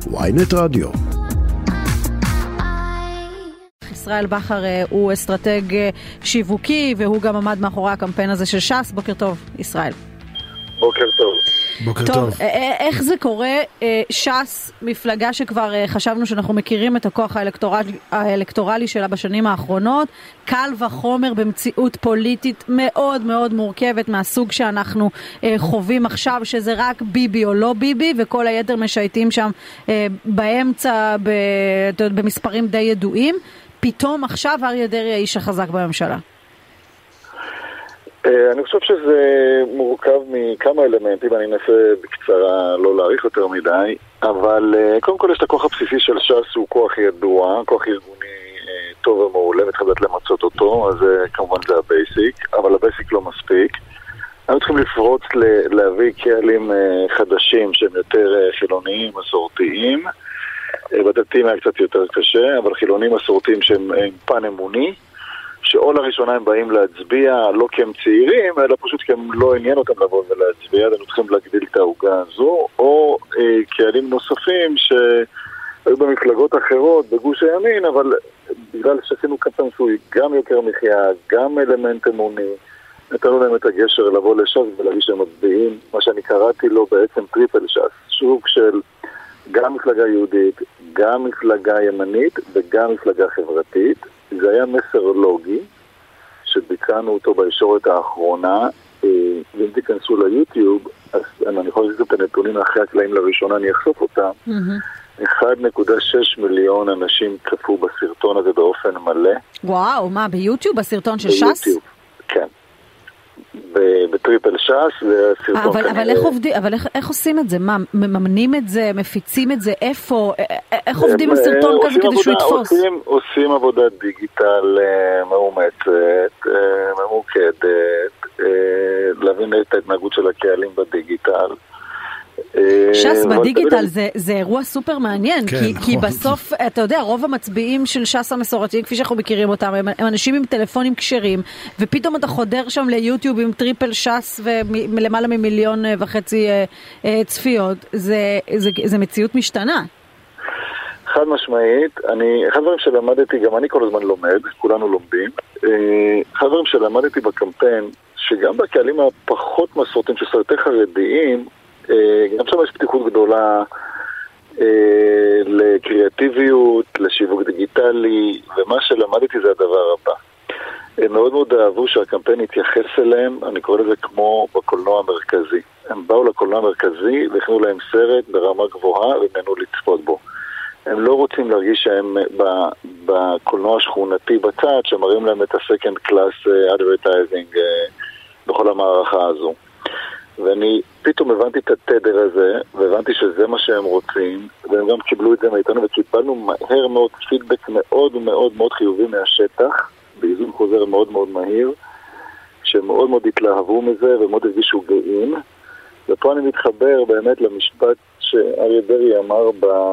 ynet רדיו. ישראל בכר הוא אסטרטג שיווקי, והוא גם עמד מאחורי הקמפיין הזה של ש"ס. בוקר טוב, ישראל. בוקר טוב. בוקר טוב. איך זה קורה? ש"ס, מפלגה שכבר חשבנו שאנחנו מכירים את הכוח האלקטורלי שלה בשנים האחרונות, קל וחומר במציאות פוליטית מאוד מאוד מורכבת מהסוג שאנחנו חווים עכשיו, שזה רק ביבי או לא ביבי, וכל היתר משייטים שם באמצע במספרים די ידועים. פתאום עכשיו אריה דרעי האיש החזק בממשלה. אני חושב שזה מורכב מכמה אלמנטים, אני אנסה בקצרה לא להאריך יותר מדי, אבל קודם כל יש את הכוח הבסיסי של ש"ס, הוא כוח ידוע, כוח ארגוני טוב ומעולה, מתחדד למצות אותו, אז כמובן זה הבייסיק, אבל הבייסיק לא מספיק. אנחנו צריכים לפרוץ להביא קהלים חדשים שהם יותר חילוניים, מסורתיים, בדתיים היה קצת יותר קשה, אבל חילונים מסורתיים שהם פן אמוני, שאו לראשונה הם באים להצביע, לא כי הם צעירים, אלא פשוט כי הם לא עניין אותם לבוא ולהצביע, אנחנו צריכים להגדיל את ההוגה הזו, או קהלים נוספים שהיו במפלגות אחרות, בגוש הימין, אבל בגלל שעשינו קמפיין שהוא גם יוקר מחיה, גם אלמנט אמוני, נתנו להם את הגשר לבוא לש"ס ולהגיד שהם מצביעים, מה שאני קראתי לו בעצם טריפל ש"ס, שוק של גם מפלגה יהודית, גם מפלגה ימנית וגם מפלגה חברתית. זה היה מסר לוגי שביקענו אותו בישורת האחרונה, ואם תיכנסו ליוטיוב, אז אני יכול להגיד את הנתונים אחרי הקלעים לראשונה, אני אחשוף אותם. 1.6 מיליון אנשים צפו בסרטון הזה באופן מלא. וואו, מה, ביוטיוב? בסרטון של ש"ס? ביוטיוב, כן. בטריפל ש"ס, והסרטון אבל איך עושים את זה? מה, מממנים את זה, מפיצים את זה, איפה? איך עובדים עם סרטון כזה כדי שהוא יתפוס? עושים עבודת דיגיטל מאומצת, ממוקדת, להבין את ההתנהגות של הקהלים בדיגיטל. ש"ס בדיגיטל זה אירוע סופר מעניין, כי בסוף, אתה יודע, רוב המצביעים של ש"ס המסורתיים, כפי שאנחנו מכירים אותם, הם אנשים עם טלפונים כשרים, ופתאום אתה חודר שם ליוטיוב עם טריפל ש"ס ולמעלה מ1.5 מיליון צפיות. זה מציאות משתנה. חד משמעית, אחד הדברים שלמדתי, גם אני כל הזמן לומד, כולנו לומדים, אחד הדברים שלמדתי בקמפיין, שגם בקהלים הפחות מסורתיים של סרטי חרדיים, גם שם יש פתיחות גדולה לקריאטיביות, לשיווק דיגיטלי, ומה שלמדתי זה הדבר הבא. הם מאוד מאוד אהבו שהקמפיין יתייחס אליהם, אני קורא לזה כמו בקולנוע המרכזי. הם באו לקולנוע המרכזי והכנו להם סרט ברמה גבוהה ונהנו לצפות בו. הם לא רוצים להרגיש שהם בקולנוע השכונתי בצד, שמראים להם את ה-second class advertising בכל המערכה הזו. ואני פתאום הבנתי את התדר הזה, והבנתי שזה מה שהם רוצים, והם גם קיבלו את זה מאיתנו, וקיבלנו מהר מאוד פידבק מאוד מאוד מאוד חיובי מהשטח, באיזון חוזר מאוד מאוד מהיר, שהם מאוד מאוד התלהבו מזה, ומאוד הרגישו גאים. ופה אני מתחבר באמת למשפט שאריה דרעי אמר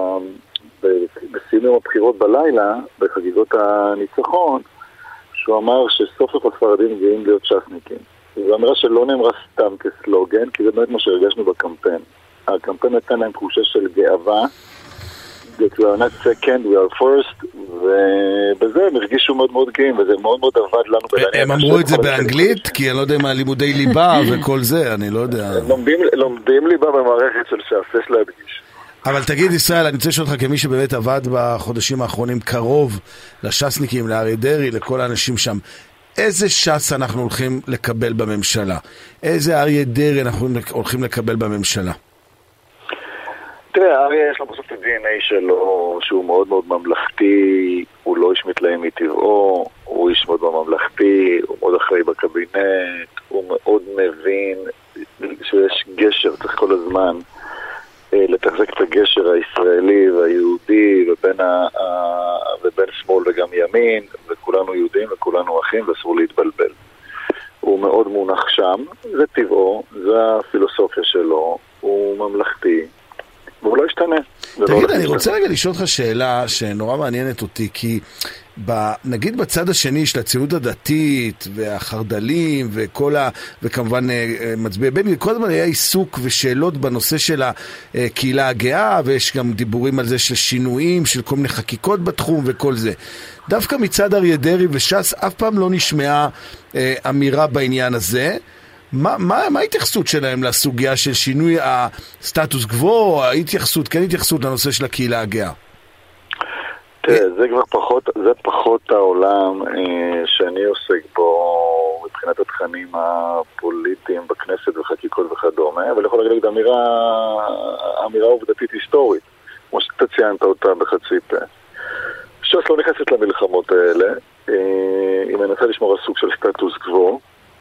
בסיום הבחירות בלילה, בחגיגות הניצחון, שהוא אמר שסוף סוף הספרדים גאים להיות ש"סניקים. זו אמירה שלא נאמרה סתם כסלוגן, כי זה באמת מה שהרגשנו בקמפיין. הקמפיין נתן להם תחושה של גאווה, that we are not second, we are first, ובזה הם הרגישו מאוד מאוד גאים, וזה מאוד מאוד עבד לנו. הם אמרו את זה באנגלית? כי אני לא יודע מה לימודי ליבה וכל זה, אני לא יודע. לומדים ליבה במערכת של ש"ס, יש להדגיש. אבל תגיד ישראל, אני רוצה לשאול אותך כמי שבאמת עבד בחודשים האחרונים קרוב לש"סניקים, לאריה דרעי, לכל האנשים שם, איזה ש"ס אנחנו הולכים לקבל בממשלה? איזה אריה דרעי אנחנו הולכים לקבל בממשלה? תראה, אריה יש לו בסוף את ה-DNA שלו, שהוא מאוד מאוד ממלכתי, הוא לא איש מתלהם מטבעו, הוא איש מאוד ממלכתי, הוא מאוד אחראי בקבינט, הוא מאוד מבין שיש גשר, צריך כל הזמן לתחזק את הגשר הישראלי והיהודי ובין שמאל וגם ימין, וכולנו יהודים וכולנו אחים ואסור להתבלבל. הוא מאוד מונח שם, זה טבעו, זה הפילוסופיה שלו, הוא ממלכתי, והוא לא ישתנה. תגיד, אני רוצה רגע לשאול אותך שאלה שנורא מעניינת אותי, כי נגיד בצד השני של הציונות הדתית והחרדלים וכמובן מצביעי בן גביר, כל הזמן היה עיסוק ושאלות בנושא של הקהילה הגאה, ויש גם דיבורים על זה של שינויים, של כל מיני חקיקות בתחום וכל זה. דווקא מצד אריה דרעי וש"ס אף פעם לא נשמעה אמירה בעניין הזה. מה ההתייחסות שלהם לסוגיה של שינוי הסטטוס קוו, כן התייחסות לנושא של הקהילה הגאה? תראה, זה פחות העולם שאני עוסק בו מבחינת התכנים הפוליטיים בכנסת וחקיקות וכדומה, אבל יכול להגיד אמירה עובדתית היסטורית, כמו שאתה ציינת אותה בחצי פה. ש"ס לא נכנסת למלחמות האלה, היא מנסה לשמור על סוג של סטטוס קוו,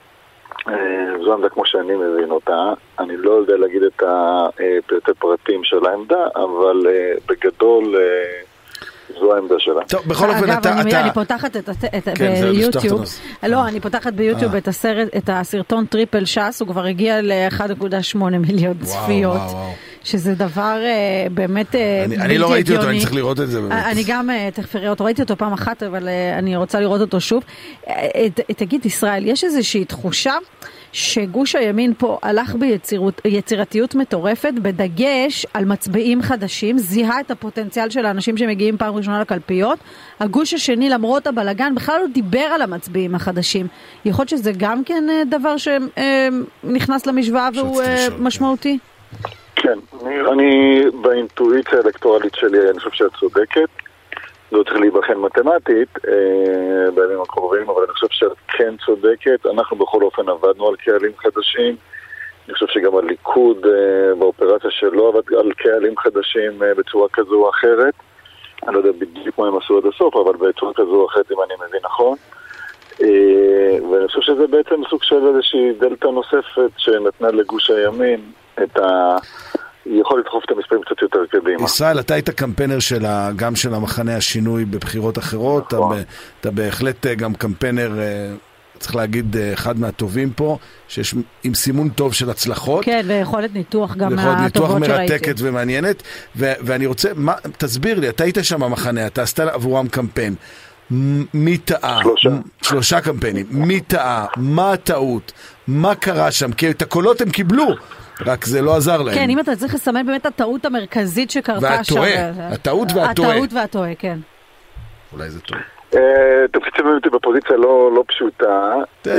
זו עמדה כמו שאני מבין אותה. אני לא יודע להגיד את הפרטים של העמדה, אבל בגדול זו העמדה שלה. טוב, בכל אופן אני פותחת ביוטיוב, אני פותחת ביוטיוב את הסרטון טריפל ש"ס, הוא כבר הגיע ל-1.8 מיליון צפיות, שזה דבר באמת בלתי הגיוני. אני לא ראיתי אותו, אני צריך לראות את זה באמת. אני גם תכף אראה אותו, ראיתי אותו פעם אחת, אבל אני רוצה לראות אותו שוב. תגיד, ישראל, יש איזושהי תחושה שגוש הימין פה הלך ביצירתיות מטורפת, בדגש על מצביעים חדשים, זיהה את הפוטנציאל של האנשים שמגיעים פעם ראשונה לקלפיות. הגוש השני, למרות הבלגן, בכלל לא דיבר על המצביעים החדשים. יכול להיות שזה גם כן דבר שנכנס למשוואה והוא משמעותי? כן, אני באינטואיציה האלקטורלית שלי, אני חושב שאת צודקת. לא צריך להיבחן מתמטית בימים הקרובים, אבל אני חושב שאת כן צודקת. אנחנו בכל אופן עבדנו על קהלים חדשים. אני חושב שגם הליכוד באופרציה שלו עבד על קהלים חדשים בצורה כזו או אחרת. אני לא יודע בדיוק מה הם עשו עד הסוף, אבל בצורה כזו או אחרת, אם אני מבין נכון. ואני חושב שזה בעצם סוג של איזושהי דלתה נוספת שנתנה לגוש הימין את יכול לדחוף את המספרים קצת יותר קדימה. ישראל, אתה היית קמפיינר גם של המחנה השינוי בבחירות אחרות, אתה בהחלט גם קמפיינר, צריך להגיד, אחד מהטובים פה, שיש עם סימון טוב של הצלחות. כן, ויכולת ניתוח גם מהטובות שראיתי. ניתוח מרתקת ומעניינת, ואני רוצה, תסביר לי, אתה היית שם המחנה, אתה עשתה עבורם קמפיין, מי טעה? 3 קמפיינים, מי טעה? מה הטעות? מה קרה שם? כי את הקולות הם קיבלו, רק זה לא עזר להם. כן, אם אתה צריך לסמן באמת הטעות המרכזית שקרתה שם. הטעות והטועה. הטעות והטועה, כן. אולי זה טוב. אתם חצי אותי בפוזיציה לא פשוטה.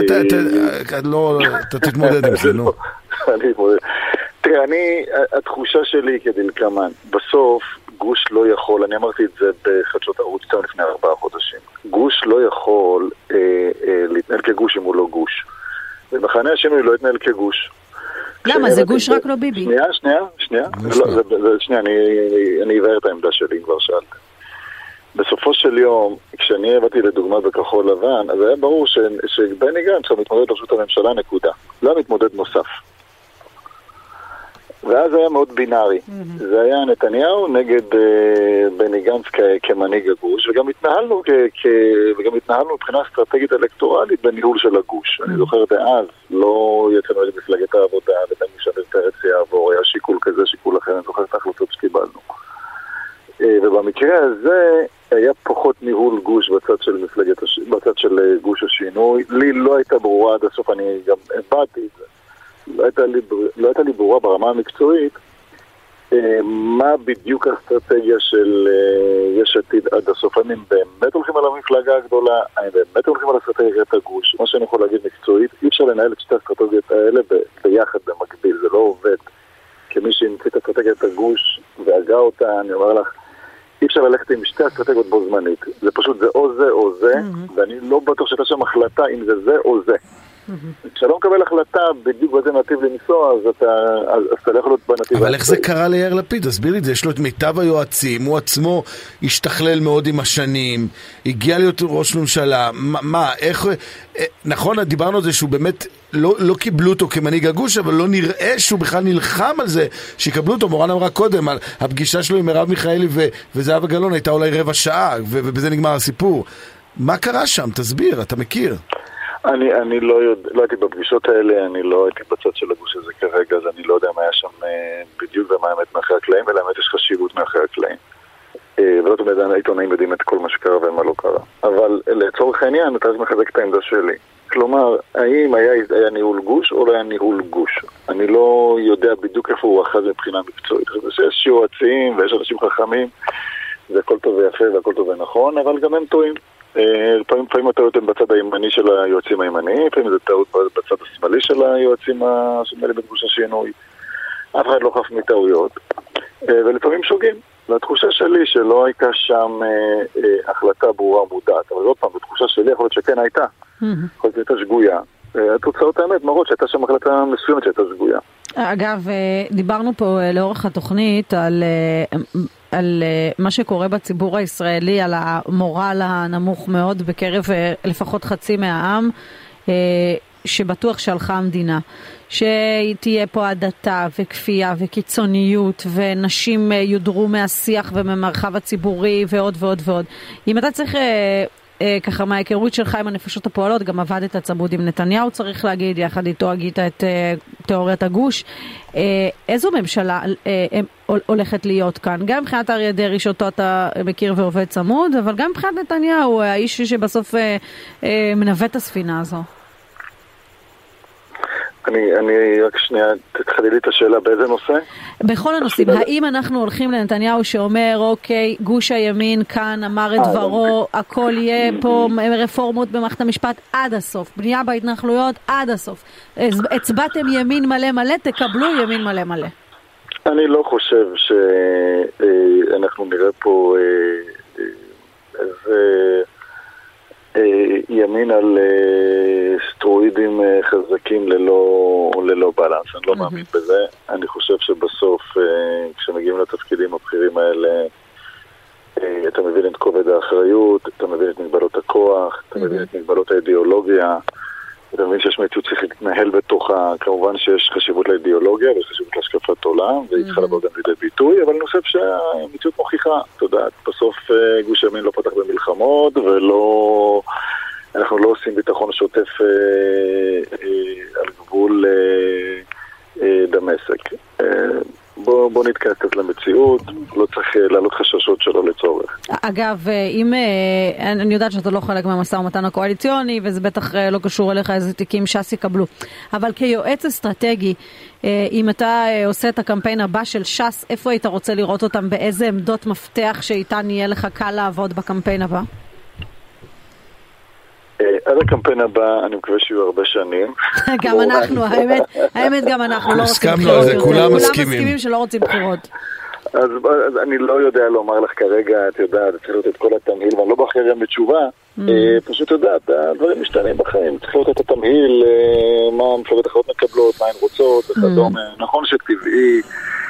אתה תתמודד עם זה, נו. תראה, התחושה שלי כדלקמן, בסוף גוש לא יכול, אני אמרתי את זה בחדשות ערוץ 2 לפני 4 חודשים, גוש לא יכול להתנהל כגוש אם הוא לא גוש. ומחנה השינוי לא יתנהל כגוש. למה? זה גוש רק לא ביבי. שנייה. אני אבהר את העמדה שלי, אם כבר שאלת. בסופו של יום, כשאני הבאתי לדוגמה בכחול לבן, אז היה ברור שבני גנץ מתמודד לראשות הממשלה, נקודה. לא מתמודד נוסף. ואז היה מאוד בינארי. זה היה נתניהו נגד בני גנץ כמנהיג הגוש, וגם התנהלנו מבחינה אסטרטגית אלקטורלית בניהול של הגוש. אני זוכר דאז, לא יצאנו למפלגת העבודה, ובן משדר פרץ יעבור, היה שיקול כזה, שיקול אחר, אני זוכר את ההחלטות שקיבלנו. ובמקרה הזה היה פחות ניהול גוש בצד של גוש השינוי. לי לא הייתה ברורה עד הסוף, אני גם הבאתי את זה. לא הייתה לי ברורה ברמה המקצועית מה בדיוק האסטרטגיה של יש עתיד עד הסוף. האם הם באמת הולכים על המפלגה הגדולה, האם באמת הולכים על אסטרטגיית הגוש. מה שאני יכול להגיד מקצועית, אי אפשר לנהל את שתי האסטרטגיות האלה ביחד במקביל, זה לא עובד. כמי שהמציא את אסטרטגיית הגוש והגה אותה, אני אומר לך, אי אפשר ללכת עם שתי אסטרטגיות בו זמנית. זה פשוט זה או זה או זה, ואני לא בטוח שאתה שם החלטה אם זה או זה. כשלא מקבל החלטה בדיוק בזה נתיב לנסוע, אז אתה לא יכול להיות בנתיב. אבל איך זה קרה ליאיר לפיד? תסביר לי את זה. יש לו את מיטב היועצים, הוא עצמו השתכלל מאוד עם השנים, הגיע להיות ראש ממשלה. מה, איך... נכון, דיברנו על זה שהוא באמת לא קיבלו אותו כמנהיג הגוש, אבל לא נראה שהוא בכלל נלחם על זה שיקבלו אותו. מורן אמרה קודם, על הפגישה שלו עם מרב מיכאלי וזהבה גלאון הייתה אולי 15 שעה, ובזה נגמר הסיפור. מה קרה שם? תסביר, אתה מכיר. אני לא הייתי בפגישות האלה, אני לא הייתי בצד של הגוש הזה כרגע, אז אני לא יודע מה היה שם בדיוק ומה האמת מאחורי הקלעים, ולאמת יש חשיבות מאחורי הקלעים. ולא תמיד העיתונאים יודעים את כל מה שקרה ומה לא קרה. אבל לצורך העניין, אתה מחזק את העמדה שלי. כלומר, האם היה ניהול גוש או לא היה ניהול גוש? אני לא יודע בדיוק איפה הוא אחז מבחינה מקצועית. יש יועצים ויש אנשים חכמים, זה הכל טוב ויפה והכל טוב ונכון, אבל גם הם טועים. לפעמים הטעות הם בצד הימני של היועצים הימניים, לפעמים זה טעות בצד השמאלי של היועצים השמאלי בגוש השינוי. אף אחד לא חף מטעויות, ולפעמים שוגים. והתחושה שלי שלא הייתה שם החלטה ברורה מודעת, אבל עוד פעם, בתחושה שלי יכול להיות שכן הייתה. יכול להיות שהייתה שגויה. התוצאות האמת מראות שהייתה שם החלטה מסוימת שהייתה שגויה. אגב, דיברנו פה לאורך התוכנית על מה שקורה בציבור הישראלי, על המורל הנמוך מאוד בקרב לפחות חצי מהעם, שבטוח שהלכה המדינה, שתהיה פה הדתה וכפייה וקיצוניות ונשים יודרו מהשיח וממרחב הציבורי ועוד ועוד ועוד. אם אתה צריך ככה מההיכרות שלך עם הנפשות הפועלות, גם עבדת צמוד עם נתניהו, צריך להגיד, יחד איתו הגית את תיאוריית הגוש. איזו ממשלה הולכת להיות כאן? גם מבחינת אריה דרעי שאותו אתה מכיר ועובד צמוד, אבל גם מבחינת נתניהו, האיש שבסוף מנווט את הספינה הזו. אני רק שנייה, תתחדדי את השאלה באיזה נושא? בכל הנושאים. האם אנחנו הולכים לנתניהו שאומר, אוקיי, גוש הימין כאן אמר את דברו, הכל יהיה פה רפורמות במערכת המשפט עד הסוף, בנייה בהתנחלויות עד הסוף. הצבעתם ימין מלא מלא, תקבלו ימין מלא מלא. אני לא חושב שאנחנו נראה פה איזה ימין על סטרואידים חזקים ללא בלנס. אני לא מאמין בזה. אני חושב שבסוף כשמגיעים לתפקידים הבכירים האלה אתה מבין את כובד האחריות, אתה מבין את מגבלות הכוח, אתה מבין את מגבלות האידיאולוגיה, אתה מבין שיש מציאות צריך להתנהל בתוכה. כמובן שיש חשיבות לאידיאולוגיה ויש חשיבות להשקפת עולם, והיא צריכה לבוא גם לידי ביטוי, אבל אני חושב שהמציאות מוכיחה, אתה יודע, בסוף גוש ימין לא פתח במלחמות, אנחנו לא עושים ביטחון שוטף על גבול דמשק. בוא נתכנס למציאות, לא צריך לעלות חששות שלא לצורך. אגב, אני יודעת שאתה לא חלק מהמשא ומתן הקואליציוני, וזה בטח לא קשור אליך איזה תיקים ש"ס יקבלו. אבל כיועץ אסטרטגי, אם אתה עושה את הקמפיין הבא של ש"ס, איפה היית רוצה לראות אותם? באיזה עמדות מפתח שאיתן יהיה לך קל לעבוד בקמפיין הבא? עד הקמפיין הבא, אני מקווה שיהיו הרבה שנים. גם אנחנו, האמת גם אנחנו לא רוצים בחירות. הסכמנו על זה, כולם מסכימים. כולם מסכימים שלא רוצים בחירות. אז אני לא יודע לומר לך כרגע, את יודעת, צריך לראות את כל התמהיל, ואני לא בחר גם בתשובה, פשוט יודעת, הדברים משתנים בחיים, צריך לראות את התמהיל, מה המפלגות אחרות מקבלות, מה הן רוצות, וכדומה. נכון שטבעי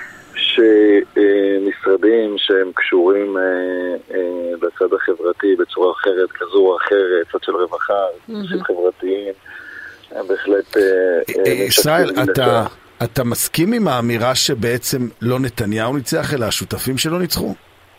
שמשרדים שהם קשורים בצד החברתי בצורה אחרת, כזו או אחרת, צד של רווחה, של חברתיים, הם בהחלט... ישראל, אתה מסכים עם האמירה שבעצם לא נתניהו ניצח, אלא השותפים שלו ניצחו?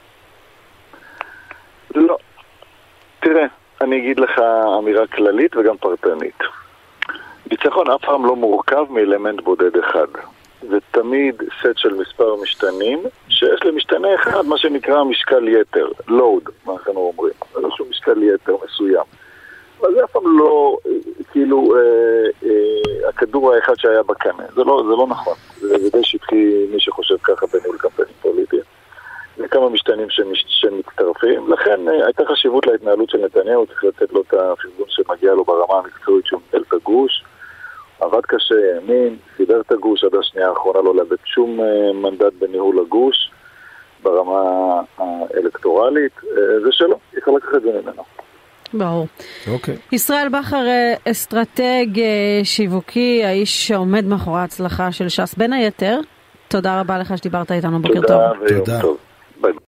לא. תראה, אני אגיד לך אמירה כללית וגם פרטנית. ניצחון אף פעם לא מורכב מאלמנט בודד אחד. זה תמיד סט של מספר משתנים, שיש למשתנה אחד מה שנקרא משקל יתר, לואוד, מה אנחנו אומרים. זה לא שהוא משקל יתר מסוים. אבל זה אף פעם לא, כאילו, הכדור האחד שהיה בקנה. זה לא נכון. זה די שטחי מי שחושב ככה בניהול קמפיינים פוליטיים. זה כמה משתנים שמצטרפים. לכן הייתה חשיבות להתנהלות של נתניהו, צריך לתת לו את החשבון שמגיע לו ברמה המקצועית שהוא מנהל את הגוש. עבד קשה, האמין, סידר את הגוש עד השנייה האחרונה, לא לאבד שום מנדט בניהול הגוש ברמה האלקטורלית. זה שלו, יכול לקחת את זה ממנו. ברור. אוקיי. ישראל בכר, אסטרטג שיווקי, האיש שעומד מאחורי ההצלחה של ש"ס בין היתר. תודה רבה לך שדיברת איתנו, בוקר טוב. תודה ויום טוב.